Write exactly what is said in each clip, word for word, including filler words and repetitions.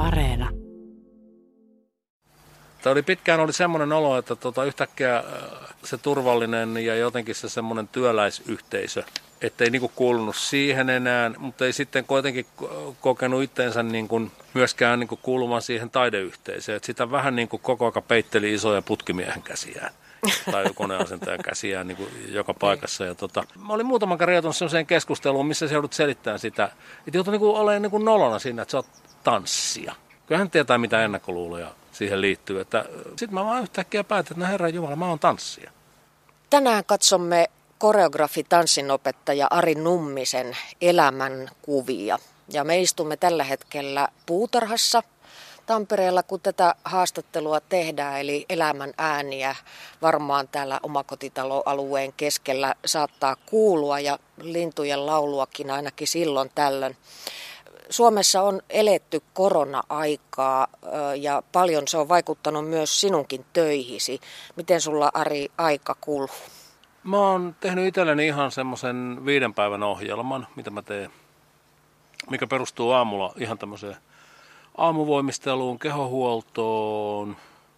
Areena. Tämä oli pitkään oli semmoinen olo, että tota, yhtäkkiä se turvallinen ja jotenkin se semmoinen työläisyhteisö, ettei niinku kuulunut siihen enää, mutta ei sitten kuitenkin kokenut itteensä niinku myöskään niinku kuulumaan siihen taideyhteisöön. Et sitä vähän niinku koko ajan peitteli isoja putkimiehen käsiään tai koneasentajan käsiään niinku joka paikassa. Ja tota, mä olin muutaman kerran joutunut sellaiseen keskusteluun, missä se joudut selittämään sitä, että joutui niinku olemaan niinku nolona siinä, että sä oot tanssia. Kyllähän tietää mitä ennakkoluuloja siihen liittyy. Sitten mä vaan yhtäkkiä päätin, että no herran jumala, mä oon tanssija. Tänään katsomme koreografi tanssinopettaja Ari Nummisen elämänkuvia. Ja me istumme tällä hetkellä puutarhassa Tampereella, kun tätä haastattelua tehdään. Eli elämän ääniä varmaan täällä omakotitaloalueen keskellä saattaa kuulua ja lintujen lauluakin ainakin silloin tällöin. Suomessa on eletty korona-aikaa ja paljon se on vaikuttanut myös sinunkin töihisi. Miten sulla, Ari, aika kuluu? Mä oon tehnyt itselleni ihan semmoisen viiden päivän ohjelman, mitä mä teen, mikä perustuu aamulla ihan tämmöiseen aamuvoimisteluun, kehohuoltoon,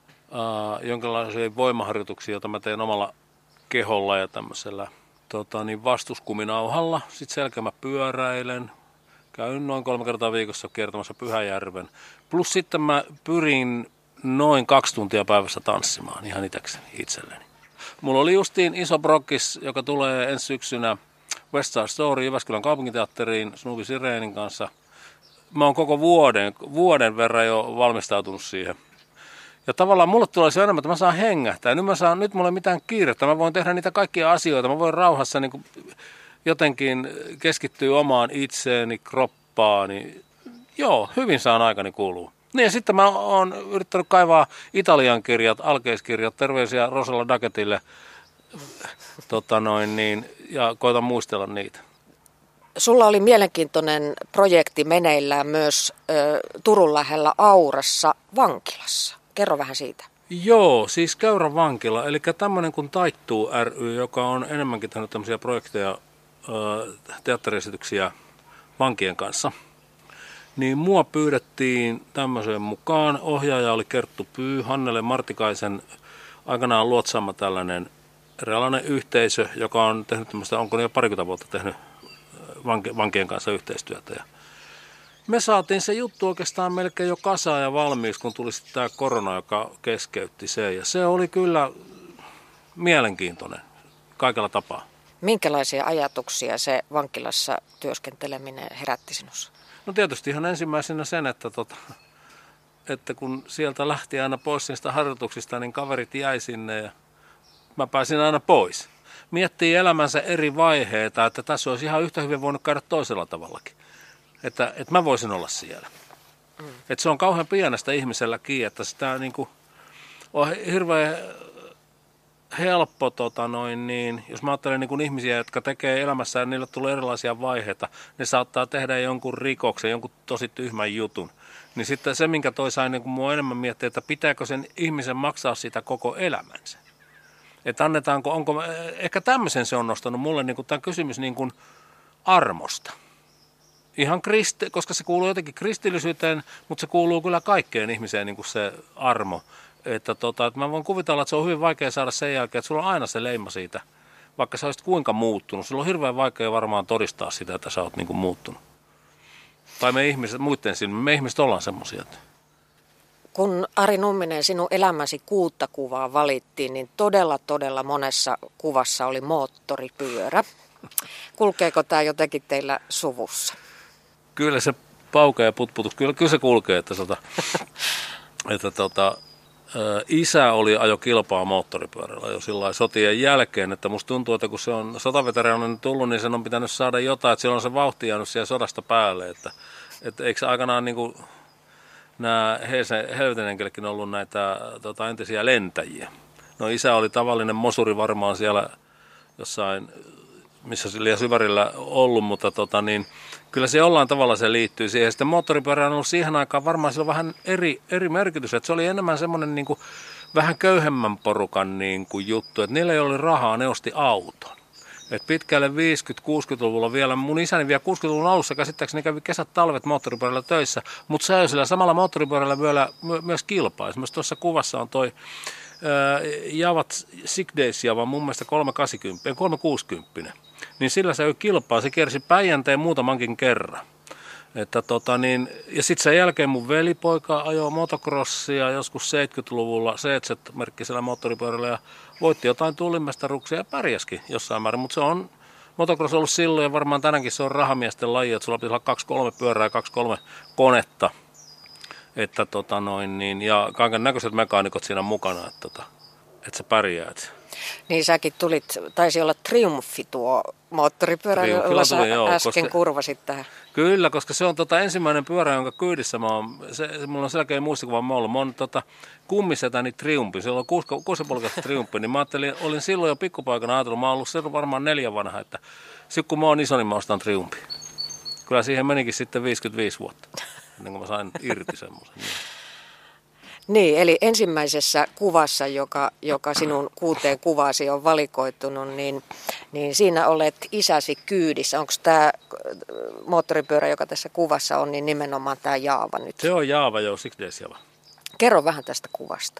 ää, jonkinlaisia voimaharjoituksia, joita mä teen omalla keholla ja tämmöisellä tota, niin vastuskuminauhalla. Sitten selkeä mä pyöräilen. Käyn noin kolme kertaa viikossa kiertämässä Pyhäjärven. Plus sitten mä pyrin noin kaksi tuntia päivässä tanssimaan ihan itsekseni, itselleni. Mulla oli justiin iso brokkis, joka tulee ensi syksynä West Side Story Jyväskylän kaupunginteatteriin Snuvi Sirenin kanssa. Mä oon koko vuoden, vuoden verran jo valmistautunut siihen. Ja tavallaan mulle tulee se enemmän, että mä saan hengähtää. Nyt, mä saan, nyt mulla ei mitään kiirettä. Mä voin tehdä niitä kaikkia asioita. Mä voin rauhassa niin kuin jotenkin keskittyy omaan itseeni, kroppaani. Joo, hyvin saan aikani kuluu. Niin ja sitten mä oon yrittänyt kaivaa Italian kirjat, alkeiskirjat, terveisiä Rosella Daketille, tota noin niin, ja koitan muistella niitä. Sulla oli mielenkiintoinen projekti meneillään myös ö, Turun lähellä Aurassa vankilassa. Kerro vähän siitä. Joo, siis Käyrän vankila, eli tämmöinen kuin Taittuu ry, joka on enemmänkin tehnyt tämmöisiä projekteja, teatteriesityksiä vankien kanssa, niin mua pyydettiin tämmöiseen mukaan. Ohjaaja oli Kerttu Pyy, Hannele Martikaisen aikanaan luotsaama tällainen erilainen yhteisö, joka on tehnyt tämmöistä, onko ne jo parikymmentä vuotta tehnyt vankien kanssa yhteistyötä. Ja me saatiin se juttu oikeastaan melkein jo kasaan ja valmiiksi, kun tuli sitten tämä korona, joka keskeytti sen. Ja se oli kyllä mielenkiintoinen kaikella tapaa. Minkälaisia ajatuksia se vankilassa työskenteleminen herätti sinussa? No tietysti ihan ensimmäisenä sen, että, tota, että kun sieltä lähti aina pois niistä harjoituksista, niin kaverit jäi sinne ja mä pääsin aina pois. Miettii elämänsä eri vaiheita, että tässä olisi ihan yhtä hyvin voinut käydä toisella tavallakin. Että, että mä voisin olla siellä. Mm. Että se on kauhean pienestä ihmisellä kiinni, että sitä niin kuin on hirveän helppo, tota noin, niin, jos mä ajattelen niin kuin ihmisiä, jotka tekee elämässään, niille tulee erilaisia vaiheita, ne saattaa tehdä jonkun rikoksen, jonkun tosi tyhmän jutun. Niin sitten se, minkä toi sai niin kuin mua enemmän miettiä, että pitääkö sen ihmisen maksaa sitä koko elämänsä. Että annetaanko, onko, ehkä tämmöisen se on nostanut mulle niin kuin tämä kysymys niin kuin armosta. Ihan kristi, koska se kuuluu jotenkin kristillisyyteen, mutta se kuuluu kyllä kaikkeen ihmiseen niin kuin se armo. Että, tota, että mä voin kuvitella, että se on hyvin vaikea saada sen jälkeen, että sulla on aina se leima siitä, vaikka sä olisit kuinka muuttunut. Sulla on hirveän vaikea varmaan todistaa sitä, että sä oot niin kuin muuttunut. Tai me ihmiset, muiden silmin, me ihmiset ollaan semmoisia. Kun Ari Numminen sinun elämäsi kuutta kuvaa valittiin, niin todella todella monessa kuvassa oli moottoripyörä. Kulkeeko tämä jotenkin teillä suvussa? Kyllä se pauke ja putputus, kyllä, kyllä se kulkee, että, sota, että tota, isä oli ajo kilpaa moottoripyörällä jo sillä sotien jälkeen, että musta tuntuu, että kun se on sotaveteraaninen tullut, niin sen on pitänyt saada jotain, että siellä on se vauhti jäänyt siellä sodasta päälle, että, että eikö se aikanaan niin kuin nämä Helvetinenkellekin ollut näitä tota, entisiä lentäjiä. No isä oli tavallinen mosuri varmaan siellä jossain, missä se liian syvärillä ollut, mutta tota, niin, kyllä se jollain tavalla se liittyy siihen. Sitten moottoripyörä on ollut siihen aikaan varmaan sillä vähän eri, eri merkitys, että se oli enemmän semmoinen niin kuin vähän köyhemmän porukan niin kuin juttu, että niillä ei ole rahaa, ne osti auton. Et pitkälle viisikymmentä-kuusikymmentäluvulla vielä, mun isäni vielä kuusikymmentäluvun alussa käsittääkseni kävi kesät talvet moottoripyörällä töissä, mutta se sillä samalla moottoripyörällä vielä my, myös kilpaa. Esimerkiksi tuossa kuvassa on toi ää, Javat Sick Days Java, mun mielestä kolmesataakahdeksankymmentä, kolmesataakuusikymmentä, niin sillä se ei kilpaa, se kiersi Päijänteen muutamankin kerran. Että tota niin, ja sitten sen jälkeen mun velipoika ajoi motocrossia joskus seitsemänkymmentäluvulla C Z-merkkisellä moottoripyörällä ja voitti jotain tullimestaruksia ja pärjäskin jossain määrin, mutta se on motocross ollut silloin ja varmaan tänäänkin se on rahamiesten laji, että sulla pitäisi olla kaksi kolme pyörää ja kaksi kolme konetta, että tota noin niin, ja kaiken näköiset mekaanikot siinä mukana, että, tota, että sä pärjäät. Niin säkin tulit, taisi olla Triumphi tuo moottoripyörä, jolla sä joo, äsken koska, kurvasit tähän. Kyllä, koska se on tota ensimmäinen pyörä, jonka kyydissä mä oon, se, mulla on selkeä muistikuva mä ollut, mä oon tota kummisetäni Triumphi, se on kuusipolkaista Triumphi, niin mä ajattelin, olin silloin jo pikkupaikana ajatellut, mä oon ollut silloin varmaan neljä vanha, että sitten kun mä oon iso, niin mä ostan Triumphi. Kyllä siihen menikin sitten viisikymmentäviisi vuotta, ennen kuin mä sain irti semmoisen. Niin, eli ensimmäisessä kuvassa, joka, joka sinun kuuteen kuvaasi on valikoitunut, niin, niin siinä olet isäsi kyydissä. Onko tämä moottoripyörä, joka tässä kuvassa on, niin nimenomaan tämä Jaava nyt? Se on Jaava, joo, Sick Days Java. Kerro vähän tästä kuvasta.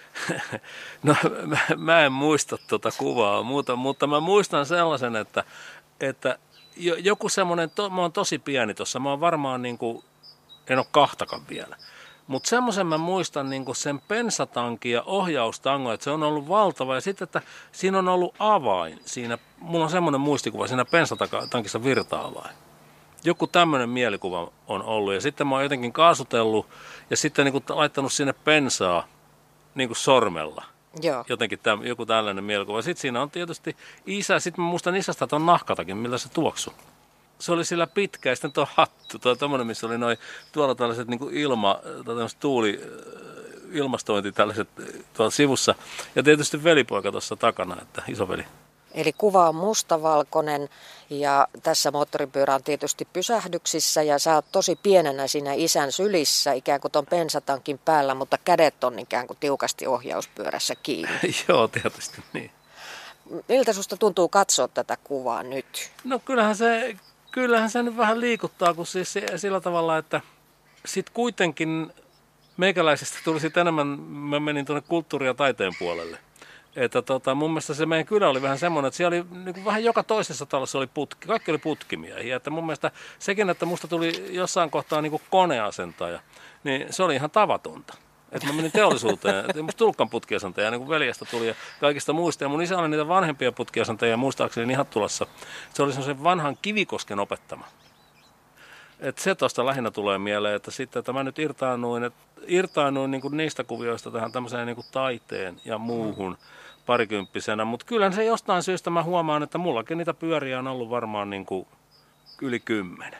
No mä, mä en muista tuota kuvaa muuta, mutta mä muistan sellaisen, että, että joku semmoinen, to, mä oon tosi pieni tuossa, mä oon varmaan niin kuin, en ole kahtakaan vielä. Mutta semmoisen mä muistan niinku sen pensatankin ja ohjaustangon, että se on ollut valtava. Ja sitten, että siinä on ollut avain. Siinä, mulla on semmoinen muistikuva, siinä pensatankissa virta-avain. Joku tämmöinen mielikuva on ollut. Ja sitten mä oon jotenkin kaasutellut ja sitten niinku laittanut sinne pensaa niinku sormella. Joo. Jotenkin täm, joku tällainen mielikuva. Sitten siinä on tietysti isä. Sitten mä muistan isästä tuon nahkatakin, millä se tuoksui. Se oli sillä pitkä ja sitten tuo hattu, tuo tommoinen, missä oli noi, tuolla tällaiset niin kuin ilma, tuuli, ilmastointi tällaiset tuolla sivussa. Ja tietysti velipoika tuossa takana, että isoveli. Eli kuva on mustavalkoinen ja tässä moottoripyörä on tietysti pysähdyksissä ja sä oot tosi pienenä siinä isän sylissä ikään kuin ton pensatankin päällä, mutta kädet on ikään kuin tiukasti ohjauspyörässä kiinni. Joo, tietysti niin. Miltä susta tuntuu katsoa tätä kuvaa nyt? No kyllähän se... Kyllähän se nyt vähän liikuttaa, kun siis sillä tavalla, että sitten kuitenkin meikäläisestä tuli sitten enemmän, mä menin tuonne kulttuuri- ja taiteen puolelle. Että tota, mun mielestä se meidän kylä oli vähän semmoinen, että siellä oli niin vähän joka toisessa talossa oli putki, kaikki oli putkimiehiä. Että mun mielestä sekin, että musta tuli jossain kohtaa niin kuin koneasentaja, niin se oli ihan tavatonta. Että mä menin teollisuuteen, että musta tullutkaan putkiasentajia, niin kuin veljestä tuli ja kaikista muista. Ja mun isä oli niitä vanhempia putkiasentajia, muistaakseni Nihattulassa. Se oli semmoisen vanhan Kivikosken opettama. Että se tuosta lähinnä tulee mieleen, että sitten että mä nyt irtaannuin, että irtaannuin niin kuin niistä kuvioista tähän tämmöiseen niin kuin taiteen ja muuhun parikymppisenä. Mutta kyllä se jostain syystä mä huomaan, että mullakin niitä pyöriä on ollut varmaan niin kuin yli kymmenen.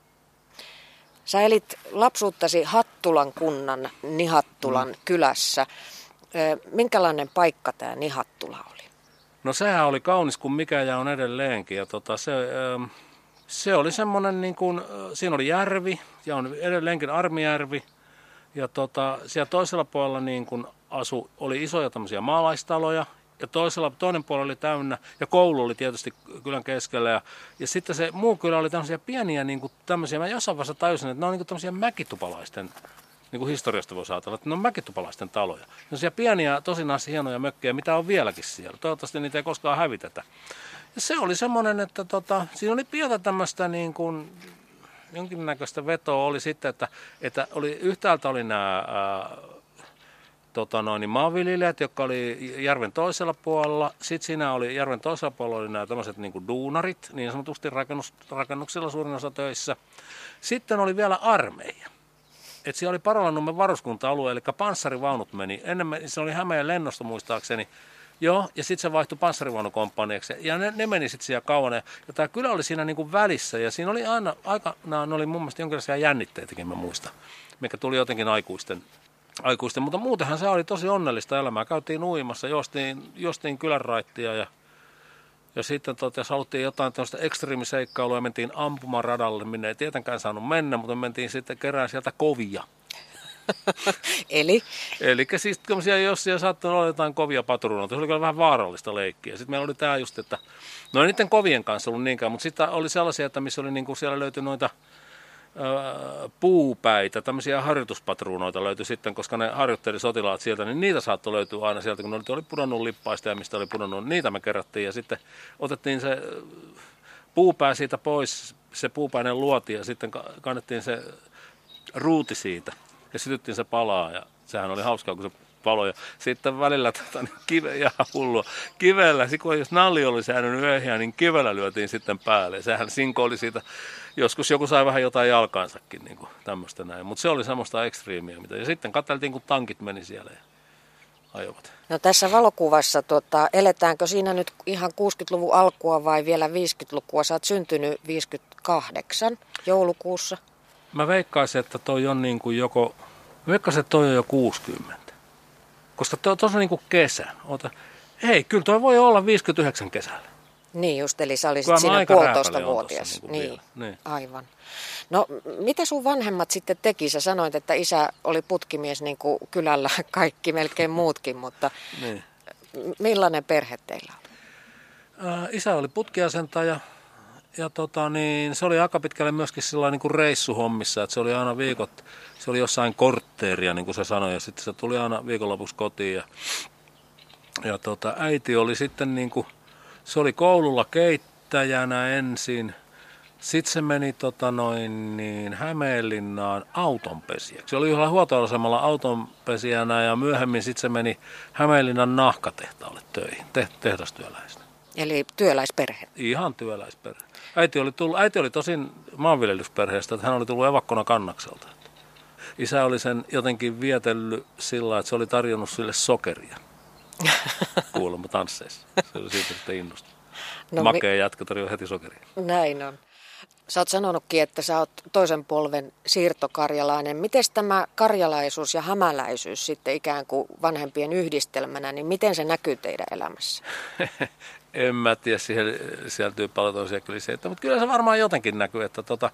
Sä elit lapsuuttasi Hattulan kunnan Nihattulan mm. kylässä. Minkälainen paikka tämä Nihattula oli? No sehän oli kaunis kuin mikä ja on edelleenkin. Ja tota, se, se oli semmoinen, niin kuin, siinä oli järvi ja on edelleenkin Armijärvi. Ja tota, siellä toisella puolella niin kuin asu, oli isoja tämmöisiä maalaistaloja. Ja toisella, toinen puoli oli täynnä, ja koulu oli tietysti kylän keskellä. Ja, ja sitten se muu kylä oli tämmöisiä pieniä, niin kuin tämmöisiä, mä jossain vaiheessa tajusin, että ne on niin kuin tämmöisiä mäkitupalaisten, niin kuin historiasta voisi ajatella, että ne on mäkitupalaisten taloja. Tämmöisiä pieniä, tosinaan hienoja mökkejä, mitä on vieläkin siellä. Toivottavasti niitä ei koskaan hävitetä. Ja se oli semmoinen, että tota, siinä oli pientä tämmöistä niin kuin, jonkinnäköistä vetoa oli sitten, että, että oli, yhtäältä oli nämä... Ää, Tota noin, maanviljelijät, jotka oli järven toisella puolella. Sitten siinä oli järven toisella puolella oli nämä tämmöiset niin kuin duunarit, niin sanotusti rakennus, rakennuksilla suurin osa töissä. Sitten oli vielä armeija. Et siellä oli Parolanummen varuskunta-alue, eli panssarivaunut meni. Ennen se oli Hämeen lennosto muistaakseni. Joo, ja sitten se vaihtui panssarivaunukomppaniaksi. Ja ne, ne meni sitten siellä kauan. Ja tämä kylä oli siinä niin kuin välissä. Ja siinä oli aina, aikanaan oli mun mielestä jonkinlaisia jännitteitäkin, mä muistan. Mikä tuli jotenkin aikuisten. Aikuisten, mutta muutenhan se oli tosi onnellista elämää. Käytiin uimassa, juostiin, juostiin kylänraittia ja, ja sitten tot, jos haluttiin jotain tällaista ekstriimiseikkailua, mentiin ampumaradalle, minne ei tietenkään saanut mennä, mutta mentiin sitten kerään sieltä kovia. Eli? Eli siis tämmöisiä, jos siellä saattoi olla jotain kovia patruunoita, se oli kyllä vähän vaarallista leikkiä. Sitten meillä oli tämä just, että no ei niiden kovien kanssa ollut niinkään, mutta sitten oli sellaisia, että missä oli niin kuin siellä löytyi noita ö, puupäitä, tämmöisiä harjoituspatruunoita löytyi sitten, koska ne harjoitteli sotilaat sieltä, niin niitä saattoi löytyä aina sieltä, kun ne oli, oli pudonnut lippaista ja mistä oli pudonnut, niitä me kerättiin ja sitten otettiin se puupää siitä pois, se puupäinen luoti ja sitten kannettiin se ruuti siitä ja sytyttiin se palaa ja sehän oli hauskaa, kun se paloi. Ja sitten välillä tota, niin kive, ja hullua, kivellä, kun jos nalli oli säännönyt yöhiä, niin kivellä lyötiin sitten päälle. Sehän sinko oli siitä, joskus joku sai vähän jotain jalkaansakin, niin kuin tämmöistä näin. Mutta se oli semmoista ekstriimiä. Mitä. Ja sitten katseltiin, kun tankit meni siellä ja ajoivat. No tässä valokuvassa, tota, eletäänkö siinä nyt ihan kuusikymmentäluvun alkua vai vielä viisikymmentälukua? Sä oot syntynyt viisikymmentäkahdeksan joulukuussa. Mä veikkaisin, että toi on niin kuin joko, mä veikkaisin, että toi on jo kuusikymmentä. Koska tuossa on niin kuin kesä. Ota, ei, kyllä toi voi olla viisikymmentäyhdeksän kesällä. Niin just, eli sä olisit siinä puolitoista vuotias. Niin, niin, niin, aivan. No mitä sun vanhemmat sitten teki? Sä sanoit, että isä oli putkimies niin kuin kylällä kaikki melkein muutkin, mutta niin. Millainen perhe teillä oli? Ää, isä oli putkiasentaja ja tota, niin, se oli aika pitkälle myöskin sellainen niin kuin reissuhommissa, että se oli aina viikot, se oli jossain kortteeria, niin kuin se sanoi, ja sitten se tuli aina viikonlopuksi kotiin. Ja, ja tota, äiti oli sitten, niin kuin, se oli koululla keittäjänä ensin, sitten se meni tota, noin, niin, Hämeenlinnaan autonpesijäksi. Se oli yhdellä huoltoasemalla autonpesijänä ja myöhemmin sitten se meni Hämeenlinnan nahkatehtaalle töihin, te- tehdastyöläisenä. Eli työläisperhe? Ihan työläisperhe. Äiti oli, tullut, äiti oli tosin maanviljelysperheestä, että hän oli tullut evakkona Kannakselta. Isä oli sen jotenkin vietellyt sillä, että se oli tarjonnut sille sokeria kuulemma tansseissa. Se oli siitä sitten innostunut. No, Makea mi- jätkä tarjoaa heti sokeria. Näin on. Sä oot sanonutkin, että sä oot toisen polven siirtokarjalainen. Miten tämä karjalaisuus ja hämäläisyys sitten ikään kuin vanhempien yhdistelmänä, niin miten se näkyy teidän elämässä? En mä tiedä, siihen sieltyy paljon toisia kliseitä, mutta kyllä se varmaan jotenkin näkyy, että tota,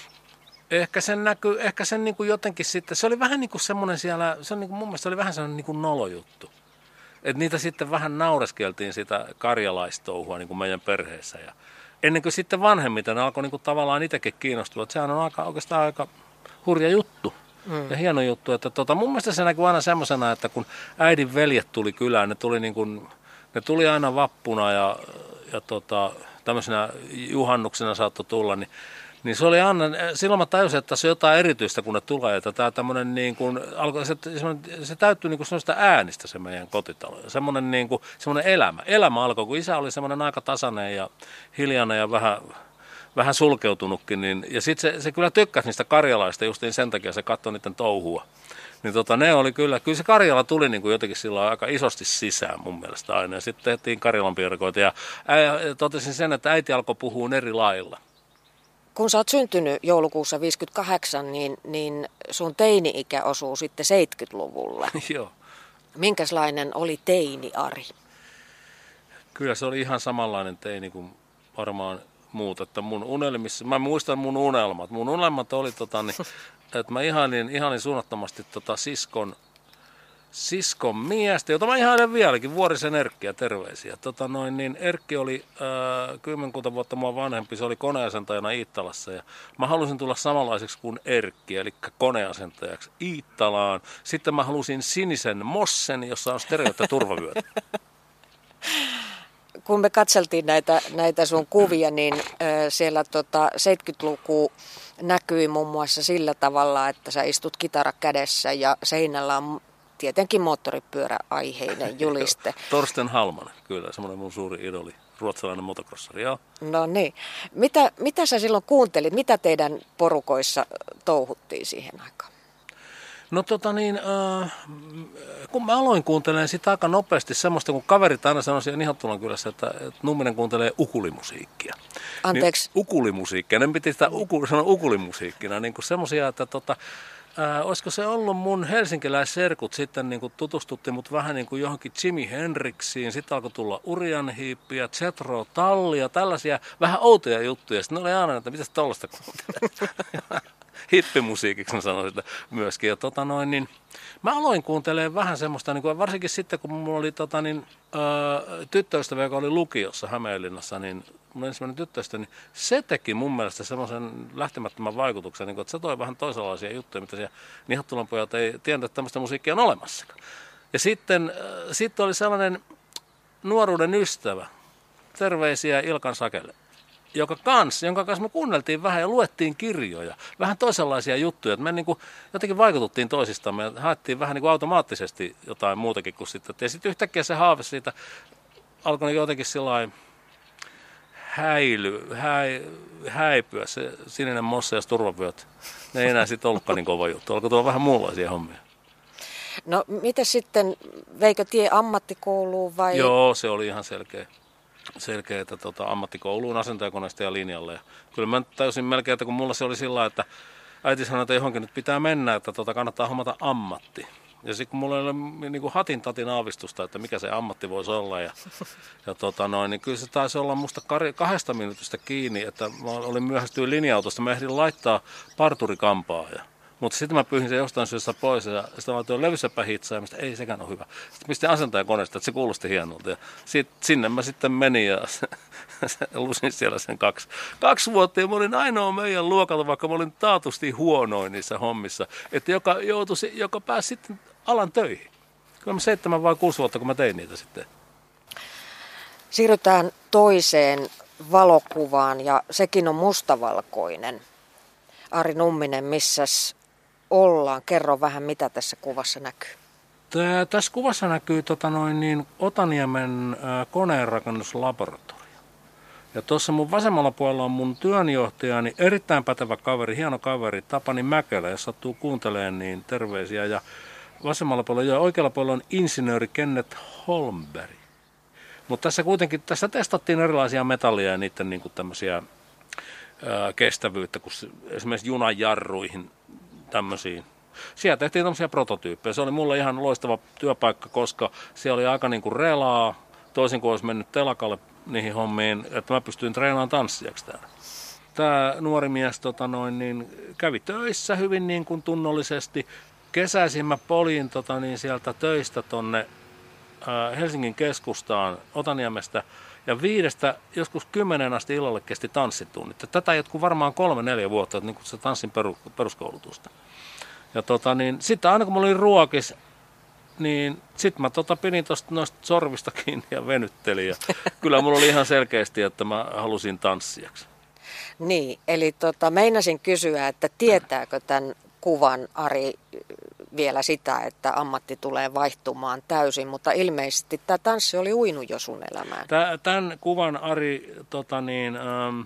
ehkä sen näkyy, ehkä sen niin kuin jotenkin sitten, se oli vähän niin kuin semmoinen siellä, se on niin kuin, mun mielestä se oli vähän semmoinen niin kuin nolojuttu. Että niitä sitten vähän naureskeltiin sitä karjalaistouhua niin kuin meidän perheessä ja ennen kuin sitten vanhemmiten alkoi niin kuin tavallaan itsekin kiinnostua, että sehän on aika, oikeastaan aika hurja juttu mm. ja hieno juttu, että tota, mun mielestä se näkyy aina semmoisena, että kun äidin veljet tuli kylään, ne tuli niin kuin, ne tuli aina vappuna ja, ja tota, tämmöisenä juhannuksena saattoi tulla, niin, niin se oli aina, silloin mä tajusin, että se on jotain erityistä, kun ne tulee, että tämä tämmöinen niin kuin, alkoi, se, se täyttyi niin kuin semmoista äänistä se meidän kotitalo, ja semmoinen, niin kuin, semmoinen elämä, elämä alkoi, kun isä oli semmoinen aika tasainen ja hiljainen ja vähän, vähän sulkeutunutkin, niin, ja sitten se, se kyllä tykkäsi niistä karjalaista justiin sen takia, se katsoi niiden touhua. Niin tota, ne oli kyllä, kyllä se Karjala tuli niin kuin jotenkin sillä aika isosti sisään mun mielestä aina. Ja sitten tehtiin Karjalan piirakoita ja ää, totesin sen, että äiti alkoi puhua eri lailla. Kun sä oot syntynyt joulukuussa viisikymmentäkahdeksan, niin, niin sun teini-ikä osuu sitten seitsemänkymmentäluvulle. Joo. Minkälainen oli teini-Ari? Kyllä se oli ihan samanlainen teini kuin varmaan muut. Että mun unelmissa, mä muistan mun unelmat. Mun unelmat oli tota niin, että mä ihailin, ihailin suunnattomasti tota siskon, siskon miestä, jota mä ihailen vieläkin, Vuorisen Erkkiä, terveisiä. Tota noin, niin Erkki oli äh, kymmenkunta vuotta mua vanhempi, se oli koneasentajana Iittalassa ja mä halusin tulla samanlaiseksi kuin Erkki, eli koneasentajaksi Iittalaan. Sitten mä halusin sinisen mossen, jossa on stereot ja turvavyöt. Kun me katseltiin näitä, näitä sun kuvia, niin äh, siellä tota seitsemänkymmentäluku näkyi muun muassa sillä tavalla, että sä istut kitara kädessä ja seinällä on tietenkin moottoripyöräaiheinen juliste. Torsten Halmanen, kyllä, semmoinen mun suuri idoli, ruotsalainen motocrossari, joo. No niin. Mitä, mitä sä silloin kuuntelit? Mitä teidän porukoissa touhuttiin siihen aikaan? No tota niin, äh, kun mä aloin kuuntelemaan sitä aika nopeasti semmoista, kun kaverit aina sanoi siellä Nihattulan kylässä, että, että Numminen kuuntelee ukulimusiikkia. Anteeksi? Niin, ukulimusiikkia, ne piti sitä uku, sanoa ukulimusiikkina, niin kuin semmoisia, että tota, äh, olisiko se ollut mun helsinkiläisserkut sitten niin kuin tutustutti mut vähän niin kuin johonkin Jimi Hendrixiin, sitten alkoi tulla Urian Heepia, Jethro Tullia, tällaisia vähän outoja juttuja, sitten ne oli aina, että mitäs tollaista kuuntelee. hippimusiikiksi mä sanoin sitä myöskin. Ja tota noin, niin mä aloin kuuntelemaan vähän semmoista, niin kuin, varsinkin sitten kun mulla oli tota, niin, ää, tyttöystävä, joka oli lukiossa Hämeenlinnassa, niin mun ensimmäinen tyttöystävä, niin se teki mun mielestä semmoisen lähtemättömän vaikutuksen, niin kuin, että se toi vähän toisenlaisia juttuja, mitä siellä Nihattulan pojat ei tiennyt, että tämmöistä musiikkia on olemassa. Ja sitten, äh, sitten oli sellainen nuoruuden ystävä, terveisiä Ilkan Sakelle, joka kans, jonka kanssa me kuunneltiin vähän ja luettiin kirjoja, vähän toisenlaisia juttuja, että me niin kuin jotenkin vaikututtiin toisistamme ja haettiin vähän niin kuin automaattisesti jotain muutakin kuin sitten. Ja sitten yhtäkkiä se haave siitä alkoi jotenkin sillain häily, häi, häipyä, se sininen mossa ja turvavyöt. Ne ei enää sitten ollutkaan niin kova juttu, alkoi tulla vähän muunlaisia hommia. No miten sitten, veikö tie ammattikouluun vai? Joo, se oli ihan selkeä. selkeä että tota, ammattikouluun asentajakoneesta ja linjalle. Ja kyllä mä täysin melkein, että kun mulla se oli sillä, että äiti sanoi, että johonkin nyt pitää mennä, että tota, kannattaa hommata ammatti. Ja sitten kun mulla ei ole niin kuin hatin tatin aavistusta, että mikä se ammatti voisi olla, ja, ja tota noin, niin kyllä se taisi olla musta kahdesta minuutista kiinni, että mä olin myöhästyin linja-autosta, mä ehdin laittaa parturikampaa. Ja mutta sitten mä pyyhin sen jostain syystä pois ja sitten mä laitoin levyssäpä hitsaa ja mistä ei sekään ole hyvä. Sitten pistin asentajakoneesta, että se kuulosti hienolta ja sit, sinne mä sitten menin ja lusin siellä sen kaksi, kaksi vuotta ja mä olin ainoa meidän luokalla, vaikka mä olin taatusti huonoin niissä hommissa, että joka, joutui, joka pääsi sitten alan töihin. Kyllä mä seitsemän vai kuusi vuotta, kun mä tein niitä sitten. Siirrytään toiseen valokuvaan ja sekin on mustavalkoinen. Ari Numminen, missäs ollaan? Kerro vähän, mitä tässä kuvassa näkyy. Tää, tässä kuvassa näkyy tota noin, niin Otaniemen ä, koneenrakennuslaboratorio. Ja tuossa mun vasemmalla puolella on mun työnjohtajani, erittäin pätevä kaveri, hieno kaveri, Tapani Mäkelä, jos sattuu kuuntelemaan, niin terveisiä. Ja vasemmalla puolella ja oikealla puolella on insinööri Kenneth Holmberg. Mutta tässä kuitenkin, tässä testattiin erilaisia metallia ja niiden niin kuin tämmöisiä kestävyyttä, kun esimerkiksi junajarruihin tämmöisiin. Siellä tehtiin tämmöisiä prototyyppejä. Se oli mulle ihan loistava työpaikka, koska siellä oli aika niin kuin relaa, toisin kuin olisi mennyt telakalle niihin hommiin, että mä pystyin treenaamaan tanssijaksi täällä. Tämä nuori mies tota noin, niin kävi töissä hyvin niin kuin tunnollisesti. Kesäisin mä polin tota, niin sieltä töistä tonne ää, Helsingin keskustaan Otaniemestä. Ja viidestä joskus kymmenen asti illalle kesti tanssitunnit. Tätä jatkuu varmaan kolme, neljä vuotta, että niin kuin se tanssin peru, peruskoulutusta. Ja tota, niin, sitten aina kun mä olin ruokis, niin sitten mä tota, pidin tosta noista sorvista kiinni ja venyttelin. Ja kyllä mulla oli ihan selkeästi, että mä halusin tanssijaksi. Niin, eli tota, meinasin kysyä, että tietääkö tämän kuvan Ari vielä sitä, että ammatti tulee vaihtumaan täysin, mutta ilmeisesti tämä tanssi oli uinut jo sun elämään. Tämän kuvan Ari tota niin, ähm,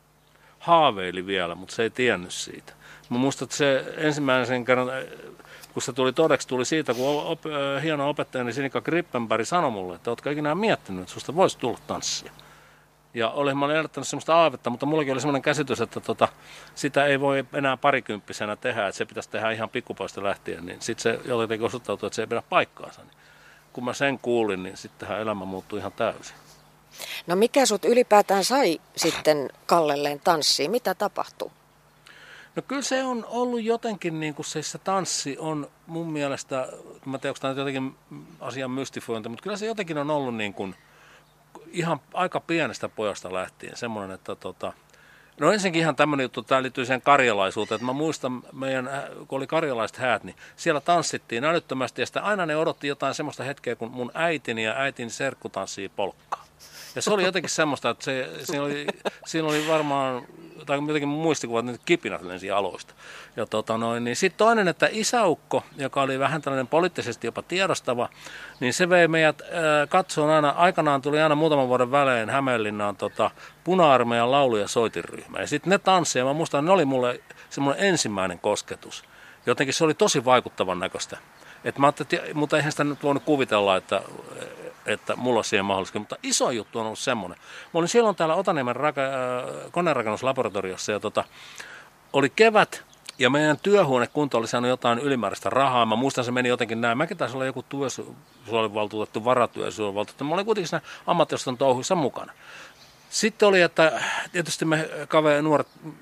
haaveili vielä, mutta se ei tiennyt siitä. Mä muistan, että se ensimmäisen kerran, kun se tuli todeksi, tuli siitä, kun op, äh, hieno opettajani Sinikka Grippenberg sanoi mulle, että ootko ikinä miettinyt, että susta voisi tulla tanssia. Ja olin mä olin ehdottanut sellaista aavetta, mutta mullakin oli sellainen käsitys, että tota, sitä ei voi enää parikymppisenä tehdä, että se pitäisi tehdä ihan pikkupoista lähtien, niin sitten se jotenkin osoittautui, että se ei pidä paikkaansa. Niin kun mä sen kuulin, niin sittenhän elämä muuttui ihan täysin. No mikä sut ylipäätään sai sitten Kallelleen tanssiin? Mitä tapahtui? No kyllä se on ollut jotenkin, niin kuin se, se tanssi on mun mielestä, mä tiedän, onko tämä jotenkin asian mystifointi, mutta kyllä se jotenkin on ollut niin kuin ihan aika pienestä pojasta lähtien semmoinen, että tota, no ensinnäkin ihan tämmöinen juttu, tämä liittyy siihen karjalaisuuteen, että mä muistan meidän, kun oli karjalaiset häät, niin siellä tanssittiin älyttömästi ja sitä aina ne odotti jotain semmoista hetkeä, kun mun äitini ja äitin serkku tanssii polkkaa. Ja se oli jotenkin semmoista, että se, siinä, oli, siinä oli varmaan, tai jotenkin muistikuvat, että kipinät lensi aloista. Ja tota noin, niin sitten toinen, että isäukko, joka oli vähän tällainen poliittisesti jopa tiedostava, niin se vei meidät äh, katsomaan aina, aikanaan tuli aina muutaman vuoden välein Hämeenlinnaan tota, Puna-armeijan laulu- ja soitinryhmä. Ja sitten ne tansseja, mä muistan, ne oli mulle semmoinen ensimmäinen kosketus. Jotenkin se oli tosi vaikuttavan näköistä. Et mä ajattelin, että, mutta eihän sitä nyt voinut kuvitella, että että mulla on siihen mahdollista. Mutta iso juttu on ollut semmoinen. Mä olin silloin täällä Otaniemen raka- äh, koneenrakennuslaboratoriossa ja tota, oli kevät ja meidän työhuonekunta oli saanut jotain ylimääräistä rahaa. Mä muistan, se meni jotenkin näin. Mäkin taisi olla joku työsuojeluvaltuutettu, varatyösuojeluvaltuutettu. Mä olin kuitenkin siinä ammattiosaston touhuissa mukana. Sitten oli, että tietysti me kaveri nuoret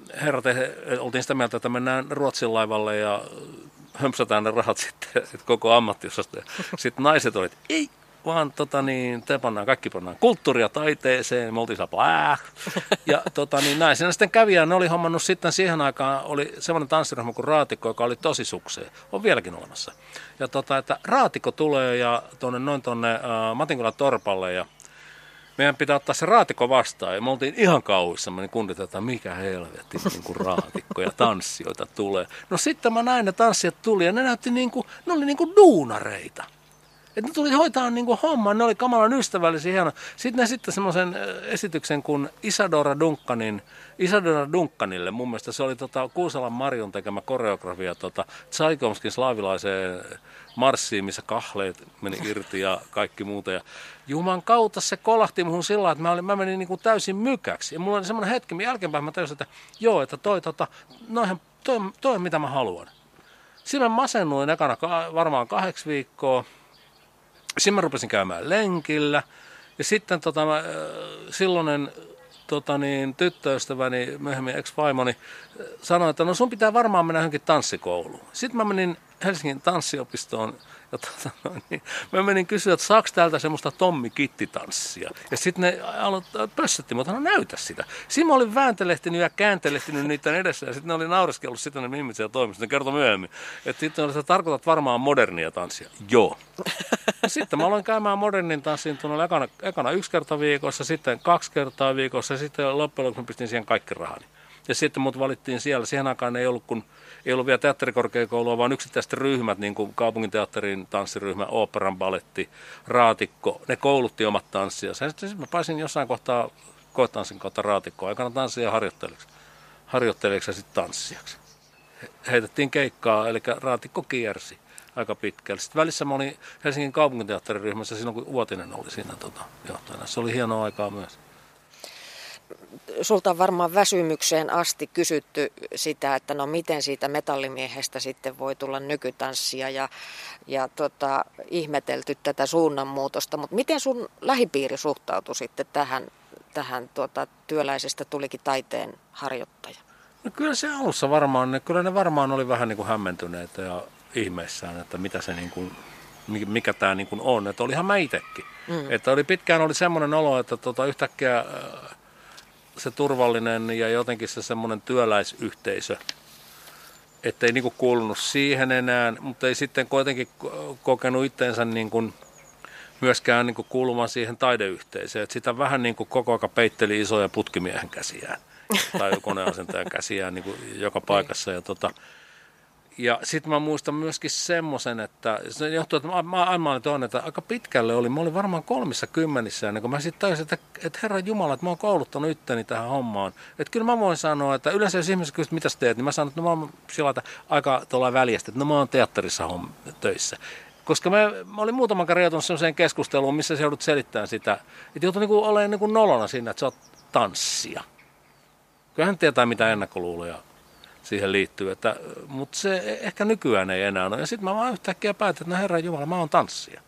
herrat, oltiin sitä mieltä, että mennään Ruotsin laivalle ja hömpsätään ne rahat sitten, sitten koko ammattiosasta. Sitten naiset olivat, ei, vaan tota niin, te pannaan, kaikki pannaan kulttuuria taiteeseen, me oltiin saa ja tota niin, näin. Siinä sitten kävi, ja ne oli hommannut sitten siihen aikaan, oli semmoinen tanssiryhmä kuin Raatikko, joka oli tosi sukseen, on vieläkin olemassa. Ja tota, että Raatikko tulee ja tuonne noin tuonne äh, Matinkylän torpalle, ja meidän pitää ottaa se Raatikko vastaan, ja me oltiin ihan kauhuissamme, niin kundit, että mikä helvetti, niin kuin Raatikko ja tanssijoita tulee. No sitten mä näin, ne tanssijat tuli, ja ne näytti niin kuin, ne oli niin kuin duunareita. Että ne tuli hoitaa niin kuin homman, ne oli kamalan ystävällisiä, hienoja. Sitten ne sitten semmoisen esityksen kuin Isadora Duncanin, Isadora Duncanille, mun mielestä se oli tota Kuusalan Marjon tekemä koreografia tota Tsaikovskin slaavilaiseen marssiin, missä kahleet meni irti ja kaikki muuta. Ja Juman kautta se kolahti muhun sillä lailla, että mä, olin, mä menin niin kuin täysin mykäksi. Ja mulla oli semmoinen hetki, jälkeenpäin mä tajusin, että joo, että toi, tota, noihän, toi, toi on mitä mä haluan. Siinä mä masennuin ekana varmaan kahdeksi viikkoa. Siinä mä rupesin käymään lenkillä, ja sitten tota, mä, silloinen tota niin, tyttöystäväni, myöhemmin ex-vaimoni, sanoi, että no sun pitää varmaan mennä johonkin tanssikouluun. Sitten mä menin Helsingin tanssiopistoon, ja tota, no, niin, mä menin kysyä, että saako täältä semmoista Tommi Kitti-tanssia. Ja sitten ne pössätti, mutta no näytä sitä. Siinä mä olin vääntelehtinyt ja kääntelehtinyt niitä edessä, ja sitten ne oli naureskellut sitten ne mimmit siellä toimista. Ne kertoi myöhemmin, että sitten oli, että tarkoitat varmaan modernia tanssia. Joo. Ja sitten mä aloin käymään modernin tanssin tuonne ekana, ekana yksi kerta viikossa, sitten kaksi kertaa viikossa, ja sitten loppujen lopuksi mä pistin siihen kaikki rahani. Ja sitten mut valittiin siellä. Siihen aikaan ei ollut, kun ei ollut vielä teatterikorkeakoulua, vaan yksittäiset ryhmät, niin kuin kaupunginteatterin tanssiryhmä, oopperan baletti, Raatikko. Ne koulutti omat tanssiansa. Ja sitten mä pääsin jossain kohtaa koetanssin kautta Raatikkoa. Aikana tanssia harjoittelijaksi. Harjoittelijaksi ja sitten tanssijaksi. Heitettiin keikkaa, eli Raatikko kiersi aika pitkälle. Sitten välissä mä olin Helsingin kaupunginteatteriryhmässä silloin, kun Uotinen oli siinä tota, johtajana. Se oli hienoa aikaa myös. Sulta on varmaan väsymykseen asti kysytty sitä, että no miten siitä metallimiehestä sitten voi tulla nykytanssia ja, ja tota, ihmetelty tätä suunnanmuutosta. Mutta miten sun lähipiiri suhtautui sitten tähän, tähän tuota, työläisestä tulikin taiteen harjoittaja? No kyllä se alussa varmaan, ne, kyllä ne varmaan oli vähän niin kuin hämmentyneitä ja ihmeissään, että mitä se niin kuin, mikä tämä niin kuin on. Että olihan mä itsekin. Mm. Että oli pitkään oli semmoinen olo, että tota, yhtäkkiä se turvallinen ja jotenkin se semmoinen työläisyhteisö, ettei niinku kuulunut siihen enää, mutta ei sitten kuitenkin kokenut itteensä niinku myöskään niinku kuulumaan siihen taideyhteisöön. Et sitä vähän niinku koko ajan peitteli isoja putkimiehen käsiään tai koneasentajan käsiään niinku joka paikassa. Ja tota, Ja sitten mä muistan myöskin semmoisen, että se johtuu, että mä aiemmin toinen, että aika pitkälle oli, mä olin varmaan kolmissa kymmenissä, ennen kuin mä sitten tajusin, että, että Herran Jumala, että mä oon kouluttanut itteni tähän hommaan. Että kyllä mä voin sanoa, että yleensä jos ihmiset kysyvät, mitä sä teet, niin mä sanon, että no mä oon sillä aika tuolla väljästä, että no mä oon teatterissa homm- töissä. Koska mä, mä olin muutaman kerran joutunut sellaiseen keskusteluun, missä sä joudut selittämään sitä, että joutui niinku olemaan niinku nolona siinä, että sä oot tanssia. Kyllähän tietää mitä ennakkoluuloja siihen liittyy, että, mutta se ehkä nykyään ei enää ole. Ja sitten mä vaan yhtäkkiä päätin, että no Herran Jumala, mä oon tanssija.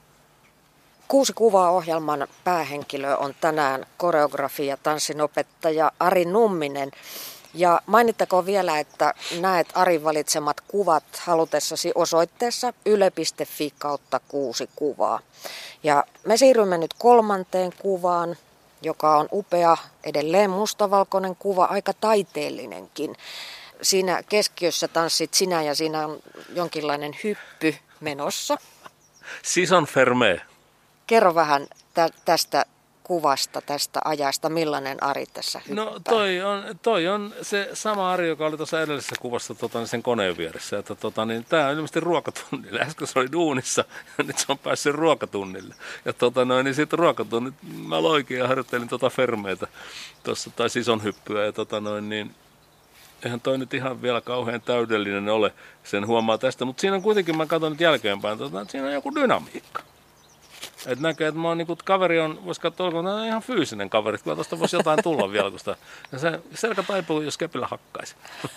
Kuusi kuvaa ohjelman päähenkilö on tänään koreografi ja tanssinopettaja Ari Numminen. Ja mainittakoon vielä, että näet Arin valitsemat kuvat halutessasi osoitteessa yle piste fi kautta kuusi kuvaa. Ja me siirrymme nyt kolmanteen kuvaan, joka on upea, edelleen mustavalkoinen kuva, aika taiteellinenkin. Siinä keskiössä tanssit sinä ja siinä on jonkinlainen hyppy menossa. Sison ferme. Kerro vähän tä- tästä kuvasta, tästä ajasta, millainen Ari tässä hyppää? No toi on, toi on se sama Ari, joka oli tuossa edellisessä kuvassa tota, sen koneen vieressä. Että, tota, niin, tämä on ilmeisesti ruokatunnille. Äsken se oli duunissa ja nyt se on päässyt ruokatunnille. Ja tota, noin, niin sitten ruokatunnit mä loikin ja harjoittelin tota fermeitä tuossa, tai sison hyppyä. Ja tota, noin, niin, eihän toi nyt ihan vielä kauhean täydellinen ole, sen huomaa tästä. Mutta siinä on kuitenkin, mä katson nyt jälkeenpäin, tota, että siinä on joku dynamiikka. Että näkee, että mä oon, niin kuin, kaveri on, voisi katsoa, että on ihan fyysinen kaveri. Kyllä tuosta voisi jotain tulla vielä, kun sitä, ja se selkä taipuu, jos kepillä hakkaisi.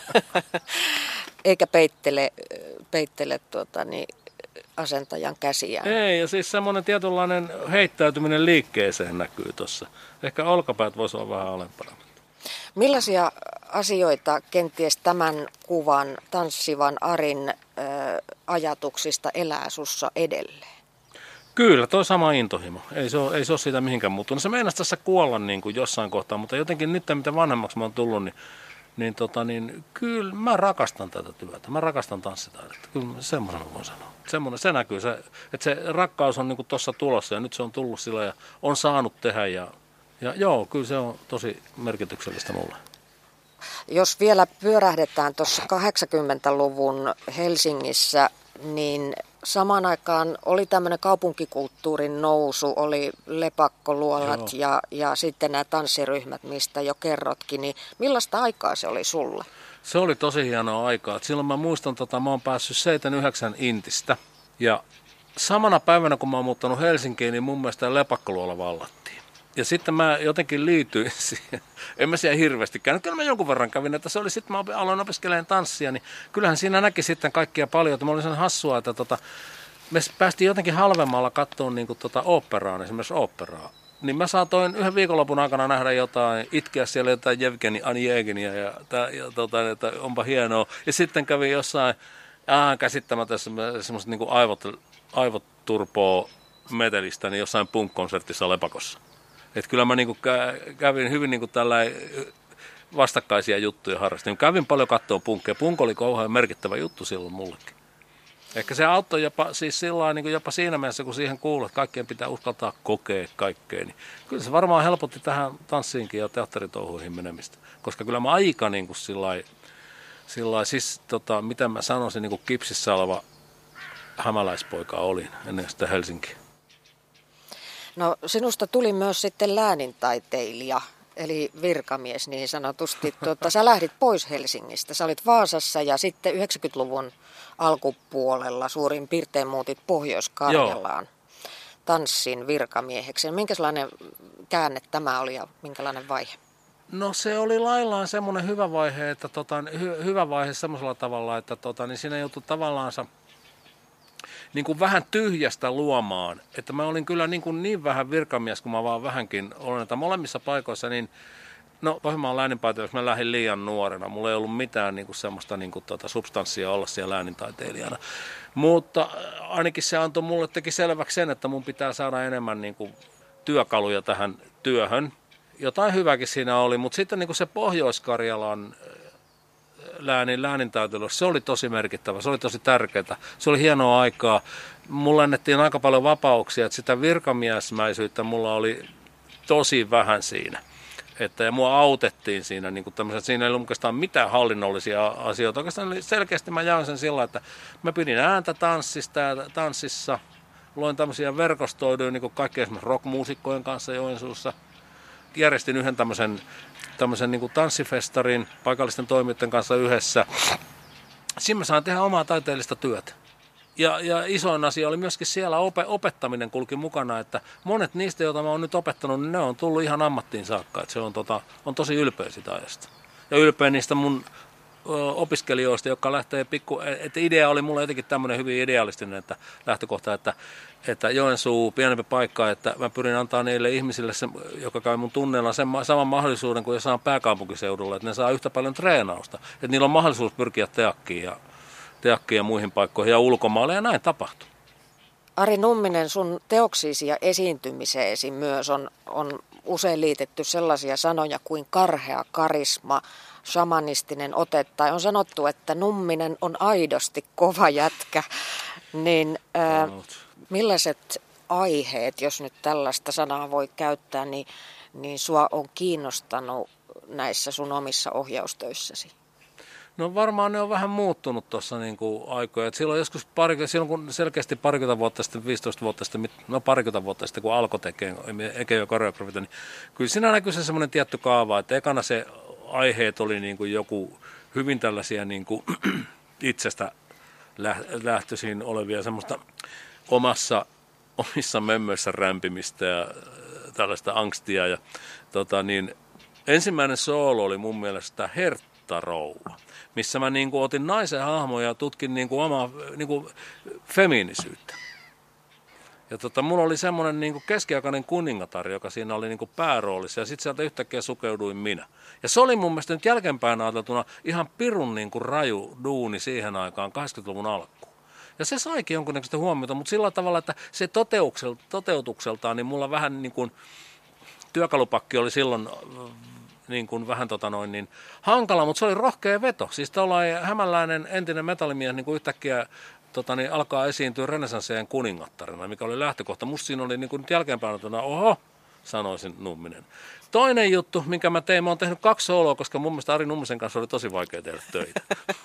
Eikä peittele, peittele tuota, niin, asentajan käsiään. Ei, ja siis semmoinen tietynlainen heittäytyminen liikkeeseen näkyy tuossa. Ehkä olkapäät voisi olla vähän alempana. Millaisia asioita kenties tämän kuvan tanssivan Arin ö, ajatuksista elää sussa edelleen? Kyllä, toi sama intohimo. Ei se ole, ei se ole siitä mihinkään muuttunut. Se meinasi tässä kuolla niin kuin jossain kohtaa, mutta jotenkin nyt, mitä vanhemmaksi mä oon tullut, niin, niin, tota, niin kyllä mä rakastan tätä työtä. Mä rakastan tanssitaidetta. Kyllä semmoisen mä voin sanoa. Semmoinen, se näkyy, se, että se rakkaus on niin kuin tuossa tulossa ja nyt se on tullut sillä ja on saanut tehdä. Ja, ja joo, kyllä se on tosi merkityksellistä mulle. Jos vielä pyörähdetään tuossa kahdeksankymmentäluvun Helsingissä, niin samaan aikaan oli tämmöinen kaupunkikulttuurin nousu, oli lepakkoluolat ja, ja sitten nämä tanssiryhmät, mistä jo kerrotkin. Niin millaista aikaa se oli sulla? Se oli tosi hienoa aikaa. Silloin mä muistan, tota, mä oon päässyt seitsemänkymmentäyhdeksän Intistä ja samana päivänä kun mä oon muuttanut Helsinkiin, niin mun mielestä lepakkoluola vallattiin. Ja sitten mä jotenkin liityin siihen. En mä siellä hirveästi käynyt. Kyllä mä jonkun verran kävin, että se oli sitten, mä aloin opiskelemaan tanssia, niin kyllähän siinä näki sitten kaikkia paljon. Että mä olin sen hassua, että tota, me päästiin jotenkin halvemmalla katsomaan niin tota oopperaan, esimerkiksi oopperaa. Niin mä saatoin yhden viikonlopun aikana nähdä jotain, itkeä siellä jotain Jevgeni Onegenia ja, ja tota, että onpa hienoa. Ja sitten kävin jossain ää, käsittämättä semmoista niin kuin aivot, aivot turpoo metelistä niin jossain punk-konsertissa Lepakossa. Että kyllä mä niinku kävin hyvin niinku tällainen vastakkaisia juttuja harrastin. Kävin paljon katsoa punkkeja. Punk oli kauhean merkittävä juttu silloin mullekin. Ehkä se auttoi jopa, siis sillain, niin jopa siinä mielessä, kun siihen kuuluu, että kaikkien pitää uskaltaa kokea kaikkea. Niin kyllä se varmaan helpotti tähän tanssiinkin ja teatteritouhuihin menemistä. Koska kyllä mä aika niin kuin sillain, sillain siis tota, miten mä sanoisin, niin kuin kipsissä oleva hämäläispoika olin ennen sitä Helsinkiä. No sinusta tuli myös sitten läänintaiteilija, eli virkamies niin sanotusti. Tuota, sä lähdit pois Helsingistä, sä olit Vaasassa ja sitten yhdeksänkymmentäluvun alkupuolella suurin piirtein muutit Pohjois-Karjalaan tanssin virkamieheksi. Minkälainen käänne tämä oli ja minkälainen vaihe? No se oli laillaan semmoinen hyvä vaihe, että tota, hy, hyvä vaihe semmoisella tavalla, että tota, niin siinä joutui tavallaansa niin kuin vähän tyhjästä luomaan, että mä olin kyllä niin, kuin niin vähän virkamies, kun mä vaan vähänkin olen, että molemmissa paikoissa, niin no Pohjanmaan läänintaiteilijassa mä lähdin liian nuorena, mulla ei ollut mitään niin kuin semmoista niin kuin tuota, substanssia olla siellä läänintaiteilijana, mutta ainakin se antoi mulle teki selväksi sen, että mun pitää saada enemmän niin kuin työkaluja tähän työhön, jotain hyväkin siinä oli, mutta sitten niin kuin se Pohjois-Karjalan läänin, läänintaiteilua, se oli tosi merkittävä, se oli tosi tärkeää, se oli hienoa aikaa. Mulle annettiin aika paljon vapauksia, että sitä virkamiesmäisyyttä mulla oli tosi vähän siinä. Että, ja mua autettiin siinä, niin kuin siinä ei ollut oikeastaan mitään hallinnollisia asioita. Oikeastaan selkeästi mä jaoin sen sillä, että mä pidin ääntä tanssista ja tanssissa, luin tämmöisiä verkostoiduja niin kuin kaikkien esimerkiksi rockmuusikkojen kanssa Joensuussa. Järjestin yhden tämmöisen tämmöisen niin kuin tanssifestarin paikallisten toimijoiden kanssa yhdessä. Siinä mä saan tehdä omaa taiteellista työtä. Ja, ja isoin asia oli myöskin siellä ope, opettaminen kulki mukana, että monet niistä, joita mä oon nyt opettanut, niin ne on tullut ihan ammattiin saakka. Että se on, tota, on tosi ylpeä sitä ajasta. Ja ylpeä niistä mun ö, opiskelijoista, jotka lähtee pikku... Että idea oli mulle jotenkin tämmöinen hyvin idealistinen että lähtökohta, että että Joensuu pienempi paikka, että mä pyrin antaa niille ihmisille, se, joka käy mun tunneilla, sen saman mahdollisuuden kuin saan pääkaupunkiseudulla, että ne saa yhtä paljon treenausta. Että niillä on mahdollisuus pyrkiä teakkiin ja, teakkiin ja muihin paikkoihin ja ulkomaille, ja näin tapahtuu. Ari Numminen, sun teoksiisi ja esiintymiseesi myös on, on usein liitetty sellaisia sanoja kuin karhea karisma, shamanistinen ote, tai on sanottu, että Numminen on aidosti kova jätkä, niin... Ää, millaiset aiheet, jos nyt tällaista sanaa voi käyttää, niin, niin sua on kiinnostanut näissä sun omissa ohjaustöissäsi? No varmaan ne on vähän muuttunut tuossa niin kuin aikoja. Et silloin joskus pari, silloin kun selkeästi parikymmentä vuotta sitten, viisitoista vuotta sitten, no parikymmentä vuotta sitten, kun alkoi tekemään Eke ja koreografita, niin kyllä siinä näkyy se semmoinen tietty kaava, että ekana se aiheet oli niin kuin joku hyvin tällaisia niin kuin itsestä lähtöisin olevia semmoista omassa, omissa mömmöissä rämpimistä ja tällaista angstia. Ja, tota, niin, ensimmäinen soolo oli mun mielestä Herttarouva, missä mä niin kuin otin naisen hahmoja ja tutkin niin kuin omaa niin kuin femiinisyyttä. Ja tota, mulla oli semmoinen niin kuin keskiaikainen kuningatar, joka siinä oli niin kuin pääroolissa, ja sitten sieltä yhtäkkiä sukeuduin minä. Ja se oli mun mielestä nyt jälkeenpäin ajateltuna ihan pirun niin kuin raju duuni siihen aikaan, kahdeksankymmentäluvun alkuun. Ja se saikin jonkunnäköistä huomiota, mutta sillä tavalla, että se toteutukseltaan, niin mulla vähän niin kuin työkalupakki oli silloin niin kuin vähän tota noin niin hankala, mutta se oli rohkea veto. Siis tuollainen hämäläinen entinen metallimies niin kuin yhtäkkiä tota niin, alkaa esiintyä renesanssien kuningattarina, mikä oli lähtökohta. Musta siinä oli niin kuin nyt jälkeenpäin, että oho, sanoisin Numminen. Toinen juttu, minkä mä tein, mä oon tehnyt kaksi sooloa, koska mun mielestä Ari Nummisen kanssa oli tosi vaikea tehdä töitä.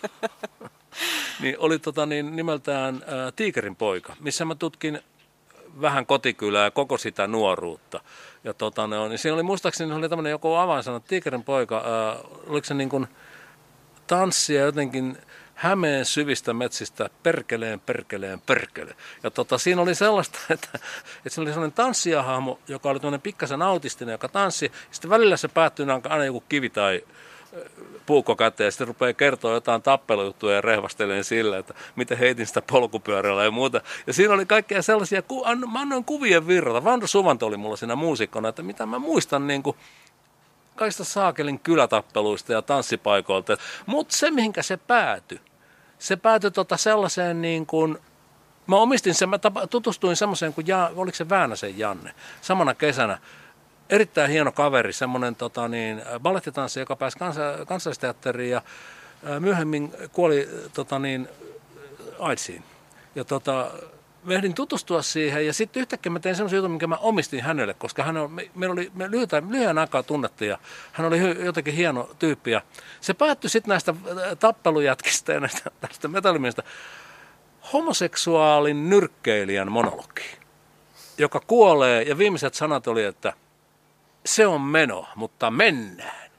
Niin oli tota niin, nimeltään ä, Tiikerin poika, missä mä tutkin vähän kotikylää ja koko sitä nuoruutta. Ja tota, ne on, niin siinä oli muistaakseni oli tämmöinen joku avainsana, Tiikerin poika, ää, oliko se niin kuin tanssia jotenkin Hämeen syvistä metsistä perkeleen, perkeleen, perkele. Ja tota, siinä oli sellaista, että, että se oli sellainen tanssijahahmo, joka oli tuollainen pikkasen autistinen, joka tanssi. Ja sitten välillä se päättyi aina joku kivi tai puukko käteen ja sitten rupeaa kertoa jotain tappelujuttuja ja rehvastelee sillä, että miten heitin sitä polkupyörällä ja muuta. Ja siinä oli kaikkea sellaisia, mä annoin kuvien virrata. Vando Suvanto oli mulla siinä muusikkona, että mitä mä muistan niin kuin kaikista saakelin kylätappeluista ja tanssipaikoilta. Mutta se, mihinkä se päätyi, se päätyi tota sellaiseen niin kuin, mä omistin sen, mä tutustuin semmoiseen kuin, ja, oliko se Väänäsen Janne, samana kesänä. Erittäin hieno kaveri, semmoinen tota niin, ballettitanssi, joka pääsi kansa, kansallisteatteriin ja myöhemmin kuoli tota niin, AIDSiin. Ja tota, me ehdin tutustua siihen ja sitten yhtäkkiä mä tein semmoisen jutun, minkä mä omistin hänelle, koska hän on, me, meillä oli me lyhyen, lyhyen aikaa tunnettiin ja hän oli hy, jotenkin hieno tyyppi. Ja se päättyi sitten näistä tappelujätkistä ja näistä, näistä metallimiestä homoseksuaalin nyrkkeilijän monologiin, joka kuolee ja viimeiset sanat oli, että se on meno, mutta mennään.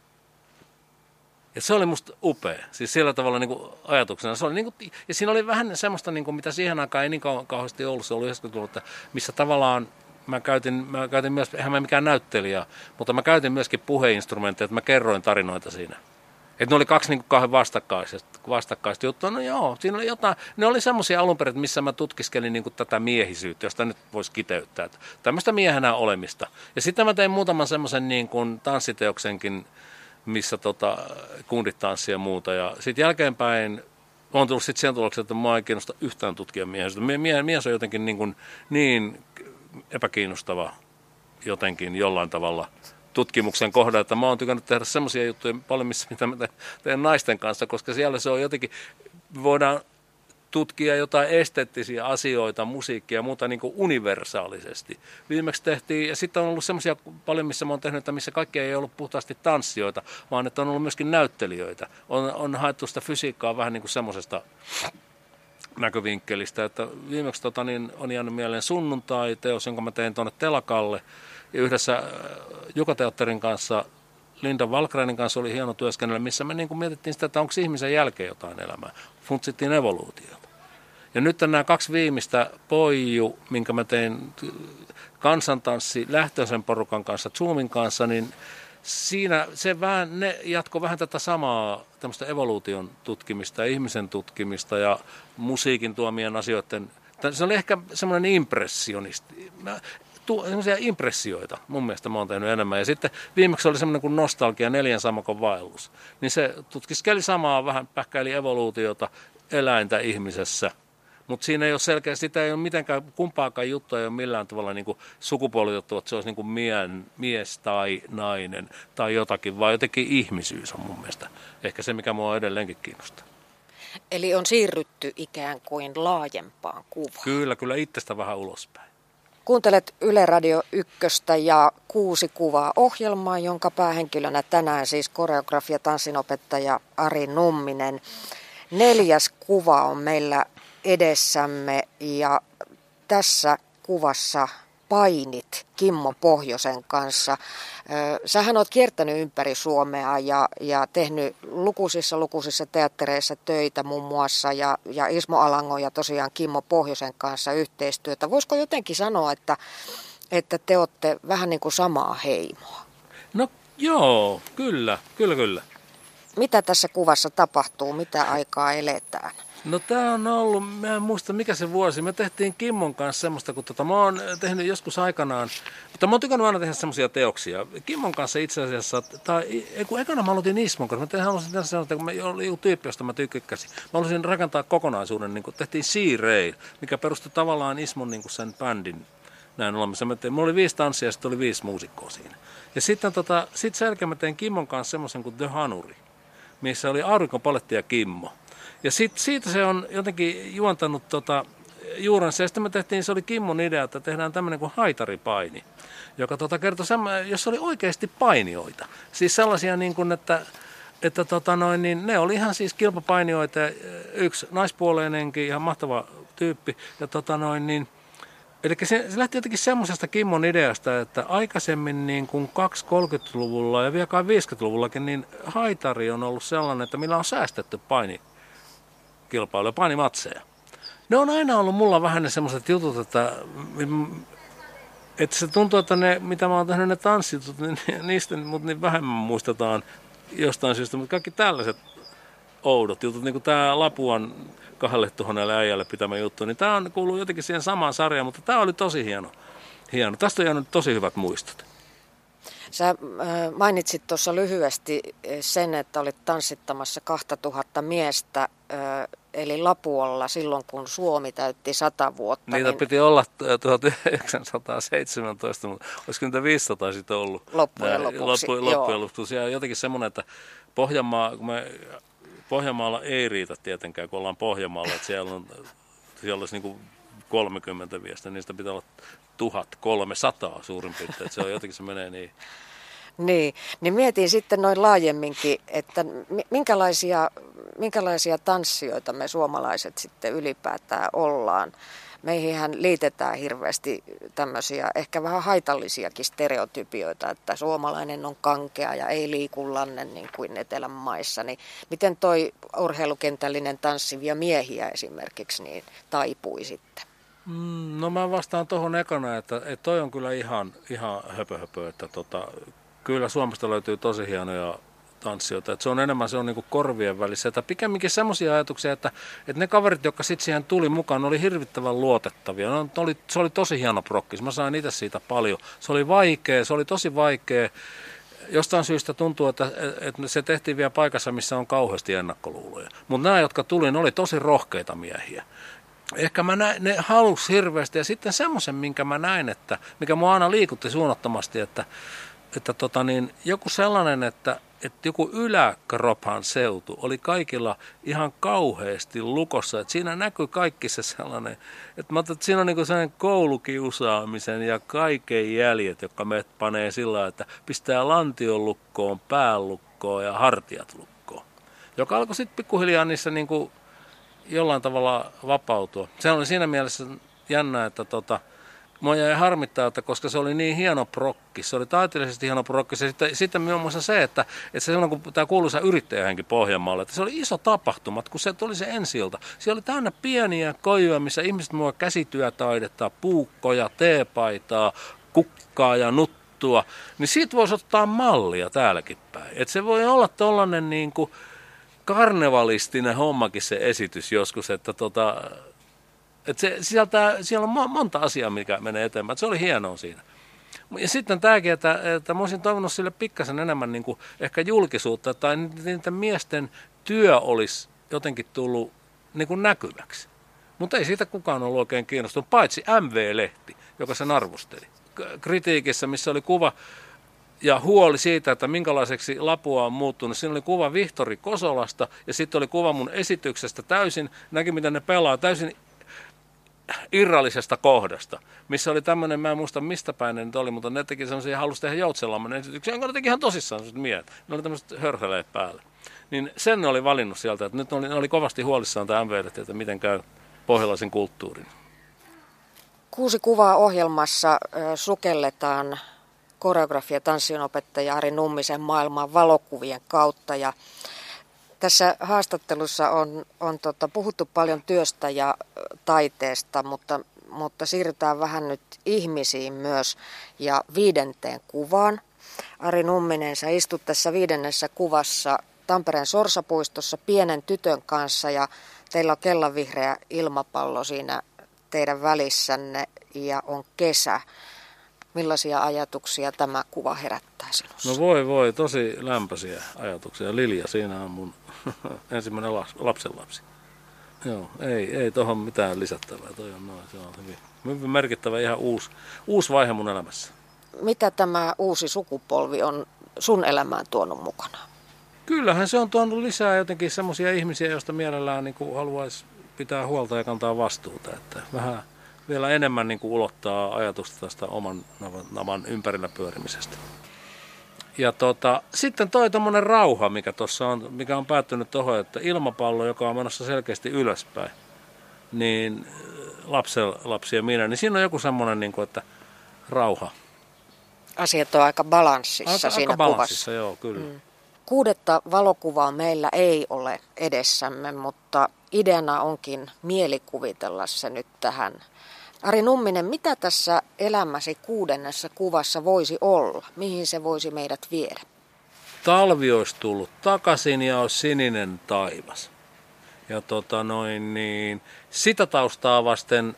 Ja se oli musta upea, siis sillä tavalla niin kuin ajatuksena. Se oli niin kuin, ja siinä oli vähän semmoista, niin kuin, mitä siihen aikaan ei niin kauheasti ollut, se oli yhdeksänkymmentäluvulta, missä tavallaan mä käytin, mä käytin myös, eihän mä mikään näyttelijä, mutta mä käytin myöskin puheinstrumentteja, että mä kerroin tarinoita siinä. Että ne oli kaksi niin kuin kahden vastakkaisesta, vastakkaista juttua. No joo, siinä oli jotain. Ne oli semmoisia alunperin, missä mä tutkiskelin niin kuin tätä miehisyyttä, josta nyt voisi kiteyttää. Että tämmöistä miehenä olemista. Ja sitten mä tein muutaman semmoisen niin kuin tanssiteoksenkin, missä tota, kundit tanssii ja muuta. Ja sitten jälkeenpäin on tullut sitten siihen tulokseen, että mua ei kiinnosta yhtään tutkia miehisyyttä. Mie, mies on jotenkin niin, kuin, niin epäkiinnostava jotenkin jollain tavalla tutkimuksen kohdalla, että mä oon tykännyt tehdä semmoisia juttuja paljon, missä mitä mä teen naisten kanssa, koska siellä se on jotenkin, voidaan tutkia jotain esteettisiä asioita, musiikkia ja muuta niin kuin universaalisesti. Viimeksi tehtiin, ja sitten on ollut semmoisia paljon, missä mä oon tehnyt, että missä kaikki ei ollut puhtaasti tanssijoita, vaan että on ollut myöskin näyttelijöitä. On, on haettu sitä fysiikkaa vähän niin kuin semmoisesta näkövinkkelistä, että viimeksi tota, niin on jäänyt mieleen Sunnuntai-teos, jonka mä tein tuonne Telakalle, ja yhdessä Juka-teatterin kanssa, Linda Wallgrenin kanssa oli hieno työskennellä, missä me niin kuin mietittiin sitä, että onko ihmisen jälkeen jotain elämää. Funtsittiin evoluutiota. Ja nyt nämä kaksi viimeistä, Poiju, minkä mä tein kansantanssi lähtöisen porukan kanssa, Zoomin kanssa, niin siinä se vähän, ne jatko vähän tätä samaa tämmöistä evoluution tutkimista ja ihmisen tutkimista ja musiikin tuomien asioiden. Se oli ehkä semmoinen impressionisti. Mä, semmoisia impressioita mun mielestä mä oon tehnyt enemmän. Ja sitten viimeksi oli semmoinen kuin nostalgia, neljän sammakon vaellus. Niin se tutkiskeli samaa, vähän pähkäili evoluutiota eläintä ihmisessä. Mutta siinä ei ole selkeä, sitä ei ole mitenkään, kumpaakaan juttua ei ole millään tavalla niin kuin sukupuolitettu, että se olisi niin kuin mien, mies tai nainen tai jotakin, vaan jotenkin ihmisyys on mun mielestä ehkä se, mikä mua edelleenkin kiinnostaa. Eli on siirrytty ikään kuin laajempaan kuvaan. Kyllä, kyllä itsestä vähän ulospäin. Kuuntelet Yle Radio Ykköstä ja Kuusi kuvaa -ohjelmaa, jonka päähenkilönä tänään siis koreografia tanssinopettaja Ari Numminen. Neljäs kuva on meillä edessämme ja tässä kuvassa painit Kimmo Pohjosen kanssa. Sähän oot kiertänyt ympäri Suomea ja, ja tehnyt lukuisissa lukuisissa teattereissa töitä muun muassa ja, ja Ismo Alangon ja tosiaan Kimmo Pohjosen kanssa yhteistyötä. Voisiko jotenkin sanoa, että, että te olette vähän niin kuin samaa heimoa? No joo, kyllä, kyllä, kyllä. mitä tässä kuvassa tapahtuu, mitä aikaa eletään? No tää on ollut, mä en muista mikä se vuosi, me tehtiin Kimmon kanssa semmoista, kun tota, mä oon tehnyt joskus aikanaan, mutta mä oon tykännyt aina tehdä semmoisia teoksia. Kimmon kanssa itse asiassa, tai kun ekana mä aloitin Ismon kanssa, mä halusin tehdä semmoista, kun mä oli joku tyyppi, josta mä tykkäsin. Mä halusin rakentaa kokonaisuuden, niin kun tehtiin Sea-Rail, mikä perustui tavallaan Ismon niin sen bändin näin olemassa. Mulla oli viisi tanssia ja sitten oli viisi muusikkoa siinä. Ja sitten tota, sit sen jälkeen mä tein Kimmon kanssa semmoisen kuin The Hanuri, missä oli Aurinkopaletti ja Kimmo. Ja sit, siitä se on jotenkin juontanut tota, juurensa. Ja sitten me tehtiin, se oli Kimmon idea, että tehdään tämmöinen kuin haitaripaini, joka tota, kertoi, jossa oli oikeasti painijoita. Siis sellaisia, niin kuin, että, että tota, noin, niin ne oli ihan siis kilpapainijoita. Yksi naispuoleinenkin, ihan mahtava tyyppi. Ja tota, noin, niin, eli se, se lähti jotenkin semmoisesta Kimmon ideasta, että aikaisemmin niin kuin kaksikymmentä-kolmekymmentäluvulla ja vielä kai viisikymmentäluvullakin, niin haitari on ollut sellainen, että millä on säästetty paini. Kilpailuja, painimatseja. Ne on aina ollut mulla vähän ne semmoiset jutut, että, että se tuntuu, että ne, mitä mä oon tehnyt, ne tanssitut, niin niistä mut niin vähemmän muistetaan jostain syystä, mutta kaikki tällaiset oudot jutut, niin kuin tämä Lapuan kahdelle tuhannelle äijälle pitämä juttu, niin tämä on kuuluu jotenkin siihen samaan sarjaan, mutta tämä oli tosi hieno. hieno. Tästä on jäänyt tosi hyvät muistot. Sä mainitsit tuossa lyhyesti sen, että olit tanssittamassa kaksituhatta miestä, eli Lapualla silloin, kun Suomi täytti sata vuotta. Niitä niin piti olla tuhatyhdeksänsataaseitsemäntoista, mutta olisiko niitä viisisataa sitten ollut? Loppujen lopuksi, loppujen, loppujen lopuksi. Ja jotenkin semmoinen, että Pohjanmaa, kun me, Pohjanmaalla ei riitä tietenkään, kun ollaan Pohjanmaalla, että siellä, on, siellä olisi niin kuin kolmekymmentä viestä, niistä pitää olla tuhatkolmesataa suurin piirtein, että se on jotenkin, se menee niin. Niin, niin mietin sitten noin laajemminkin, että minkälaisia, minkälaisia tanssijoita me suomalaiset sitten ylipäätään ollaan. Meihinhän liitetään hirveästi tämmöisiä ehkä vähän haitallisiakin stereotypioita, että suomalainen on kankea ja ei liiku lannen niin kuin etelän maissa. Niin miten toi urheilukentällinen tanssivia miehiä esimerkiksi niin taipui sitten? No mä vastaan tuohon ekana, että, että toi on kyllä ihan, ihan höpö, höpö, että tota, kyllä Suomesta löytyy tosi hienoja tanssijoita. Että se on enemmän se on niin kuin korvien välissä. Että pikemminkin semmoisia ajatuksia, että, että ne kaverit, jotka sitten siihen tuli mukaan, oli hirvittävän luotettavia. No, oli, se oli tosi hieno prokkis. Mä sain itse siitä paljon. Se oli vaikea, se oli tosi vaikea. Jostain syystä tuntuu, että, että se tehtiin vielä paikassa, missä on kauheasti ennakkoluuloja. Mutta nämä, jotka tuli, ne oli tosi rohkeita miehiä. Ehkä mä näin, ne halus hirveästi ja sitten semmoisen, minkä mä näin, että mikä mua aina liikutti suunnattomasti, että, että tota niin, joku sellainen, että, että joku yläkrophan seutu oli kaikilla ihan kauheasti lukossa, että siinä näkyy kaikki se sellainen, että mä että siinä on niin sellainen koulukiusaamisen ja kaiken jäljet, jotka me panee sillä, että pistää lantion lukkoon, pään lukkoon ja hartiat lukkoon, joka alkoi sitten pikkuhiljaa niissä niin kuin jollain tavalla vapautua. Se oli siinä mielessä jännä, että tota, mua jäi harmittaa, että koska se oli niin hieno prokki, se oli taiteellisesti hieno prokki. Ja sitten, sitten muun muassa se, että, että se silloin kun tämä kuuluisa yrittäjähenki Pohjanmaalle, että se oli iso tapahtuma, kun se tuli se ensi-ilta. Siellä oli täynnä pieniä kojuja, missä ihmiset mua käsityötaidetta, puukkoja, teepaitaa, kukkaa ja nuttua. Niin siitä voisi ottaa mallia täälläkin päin. Että se voi olla tollainen niin kuin karnevalistinen hommakin se esitys joskus, että, tota, että se sisältää, siellä on monta asiaa, mikä menee eteenpäin. Se oli hienoa siinä. Ja sitten tämäkin, että, että mä olisin toivonut sille pikkasen enemmän niin kuin ehkä julkisuutta, tai niiden miesten työ olisi jotenkin tullut niin kuin näkyväksi. Mutta ei siitä kukaan ollut oikein kiinnostunut, paitsi M V-lehti, joka sen arvosteli. Kritiikissä, missä oli kuva ja huoli siitä, että minkälaiseksi Lapua on muuttunut. Siinä oli kuva Vihtori Kosolasta ja sitten oli kuva mun esityksestä täysin, näki miten ne pelaa, täysin irrallisesta kohdasta, missä oli tämmöinen, mä en muista mistä päin ne nyt oli, mutta ne teki semmoisia, halusi tehdä Joutsenlamman esityksen, jonka ne teki ihan tosissaan semmoiset miehet. Ne oli tämmöiset hörheleet päällä. Niin sen ne oli valinnut sieltä, että nyt ne oli, ne oli kovasti huolissaan tämä M V, että miten käy pohjalaisen kulttuurin. Kuusi kuvaa ohjelmassa äh, sukelletaan koreografia- tanssinopettaja Ari Nummisen maailman valokuvien kautta. Ja tässä haastattelussa on, on tota, puhuttu paljon työstä ja taiteesta, mutta, mutta siirrytään vähän nyt ihmisiin myös ja viidenteen kuvaan. Ari Numminen, sä istut tässä viidennessä kuvassa Tampereen Sorsapuistossa pienen tytön kanssa ja teillä on kellanvihreä ilmapallo siinä teidän välissänne ja on kesä. Millaisia ajatuksia tämä kuva herättää sinussa? No voi voi, tosi lämpöisiä ajatuksia. Lilja, siinä on mun ensimmäinen lapsenlapsi. Joo, ei, ei tuohon mitään lisättävää. Toi on noin, se on hyvin, hyvin merkittävä ihan uusi, uusi vaihe mun elämässä. Mitä tämä uusi sukupolvi on sun elämään tuonut mukanaan? Kyllähän se on tuonut lisää jotenkin semmoisia ihmisiä, joista mielellään niin kuin haluaisi pitää huolta ja kantaa vastuuta. Että vähän vielä enemmän niin kuin ulottaa ajatusta tästä oman navan ympärillä pyörimisestä. Ja tota, sitten toi tommonen rauha, mikä tuossa on, mikä on päättynyt tuohon, että ilmapallo, joka on menossa selkeästi ylöspäin, niin lapsen, lapsi ja minä, niin siinä on joku semmoinen, niin kuin, että rauha. Asiat on aika balanssissa aika, siinä aika balanssissa, kuvassa. Joo, kyllä. Mm. Kuudetta valokuvaa meillä ei ole edessämme, mutta ideana onkin mielikuvitella se nyt tähän. Ari Numminen, mitä tässä elämäsi kuudennessa kuvassa voisi olla? Mihin se voisi meidät viedä? Talvi olisi tullut takaisin ja olisi sininen taivas. Ja tota noin, niin sitä taustaa vasten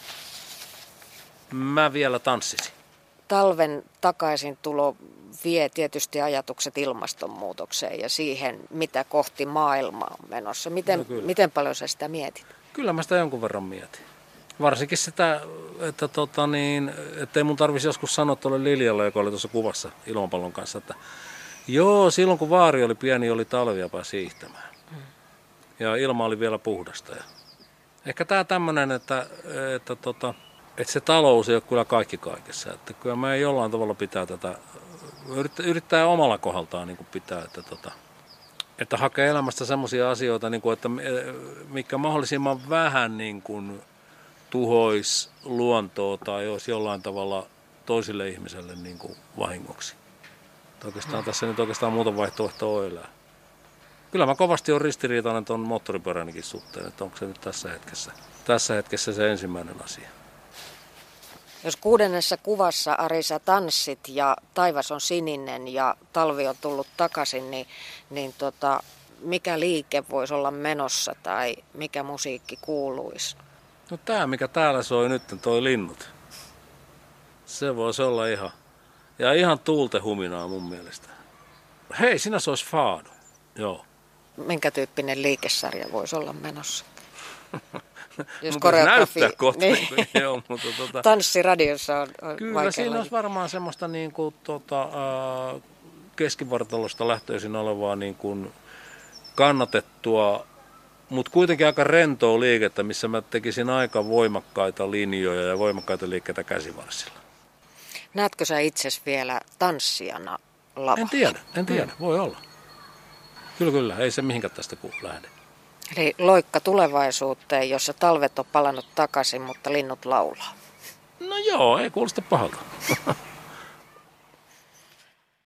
mä vielä tanssisin. Talven takaisin tulo vie tietysti ajatukset ilmastonmuutokseen ja siihen, mitä kohti maailmaa on menossa. Miten, no miten paljon sä sitä mietit? Kyllä mä sitä jonkun verran mietin. Varsinkin sitä, että tota niin, ei mun tarvitsisi joskus sanoa tuolle Liljalle, joka oli tuossa kuvassa ilmapallon kanssa, että joo, silloin kun vaari oli pieni, oli talvi ja pääsi hiihtämään. Mm. Ja ilma oli vielä puhdasta. Ja ehkä tää tämmönen, että, että, tota, että se talous ei ole kyllä kaikki kaikessa. Että kyllä me jollain tavalla pitää tätä, yrittää, yrittää omalla kohdaltaan niin kuin pitää, että, tota, että hakee elämästä semmoisia asioita, niin kuin, että mikä mahdollisimman vähän niin kuin tuhoisi luontoa tai olisi jollain tavalla toisille ihmiselle niin kuin vahingoksi. Oikeastaan tässä nyt oikeastaan muuta vaihtoehtoa elää. Kyllä mä kovasti on ristiriitainen tuon moottoripyöränikin suhteen, että onko se nyt tässä hetkessä, tässä hetkessä se ensimmäinen asia. Jos kuudennessa kuvassa, Ari, sä tanssit ja taivas on sininen ja talvi on tullut takaisin, niin, niin tota, mikä liike voisi olla menossa tai mikä musiikki kuuluisi? No tää, mikä täällä soi nyt, toi linnut. Se voisi olla ihan, ja ihan tuulten huminaa mun mielestä. Hei, sinä sois faado. Joo. Minkä tyyppinen liikesarja voisi olla menossa? Jos koreografi... näyttää kohta. Niin. Joo, mutta tota... Tanssiradiossa on, on Kyllä siinä laji. Olisi varmaan semmoista niin kuin, tota, äh, keskivartalosta lähtöisin olevaa niin kuin kannatettua, mutta kuitenkin aika rentoa liikettä, missä mä tekisin aika voimakkaita linjoja ja voimakkaita liikkeitä käsivarsilla. Näetkö sä itsesi vielä tanssijana lavalla? En tiedä, en tiedä, hmm. voi olla. Kyllä, kyllä, ei se mihinkään tästä lähde. Eli loikka tulevaisuuteen, jossa talvet on palannut takaisin, mutta linnut laulaa. No joo, ei kuulosta pahalta.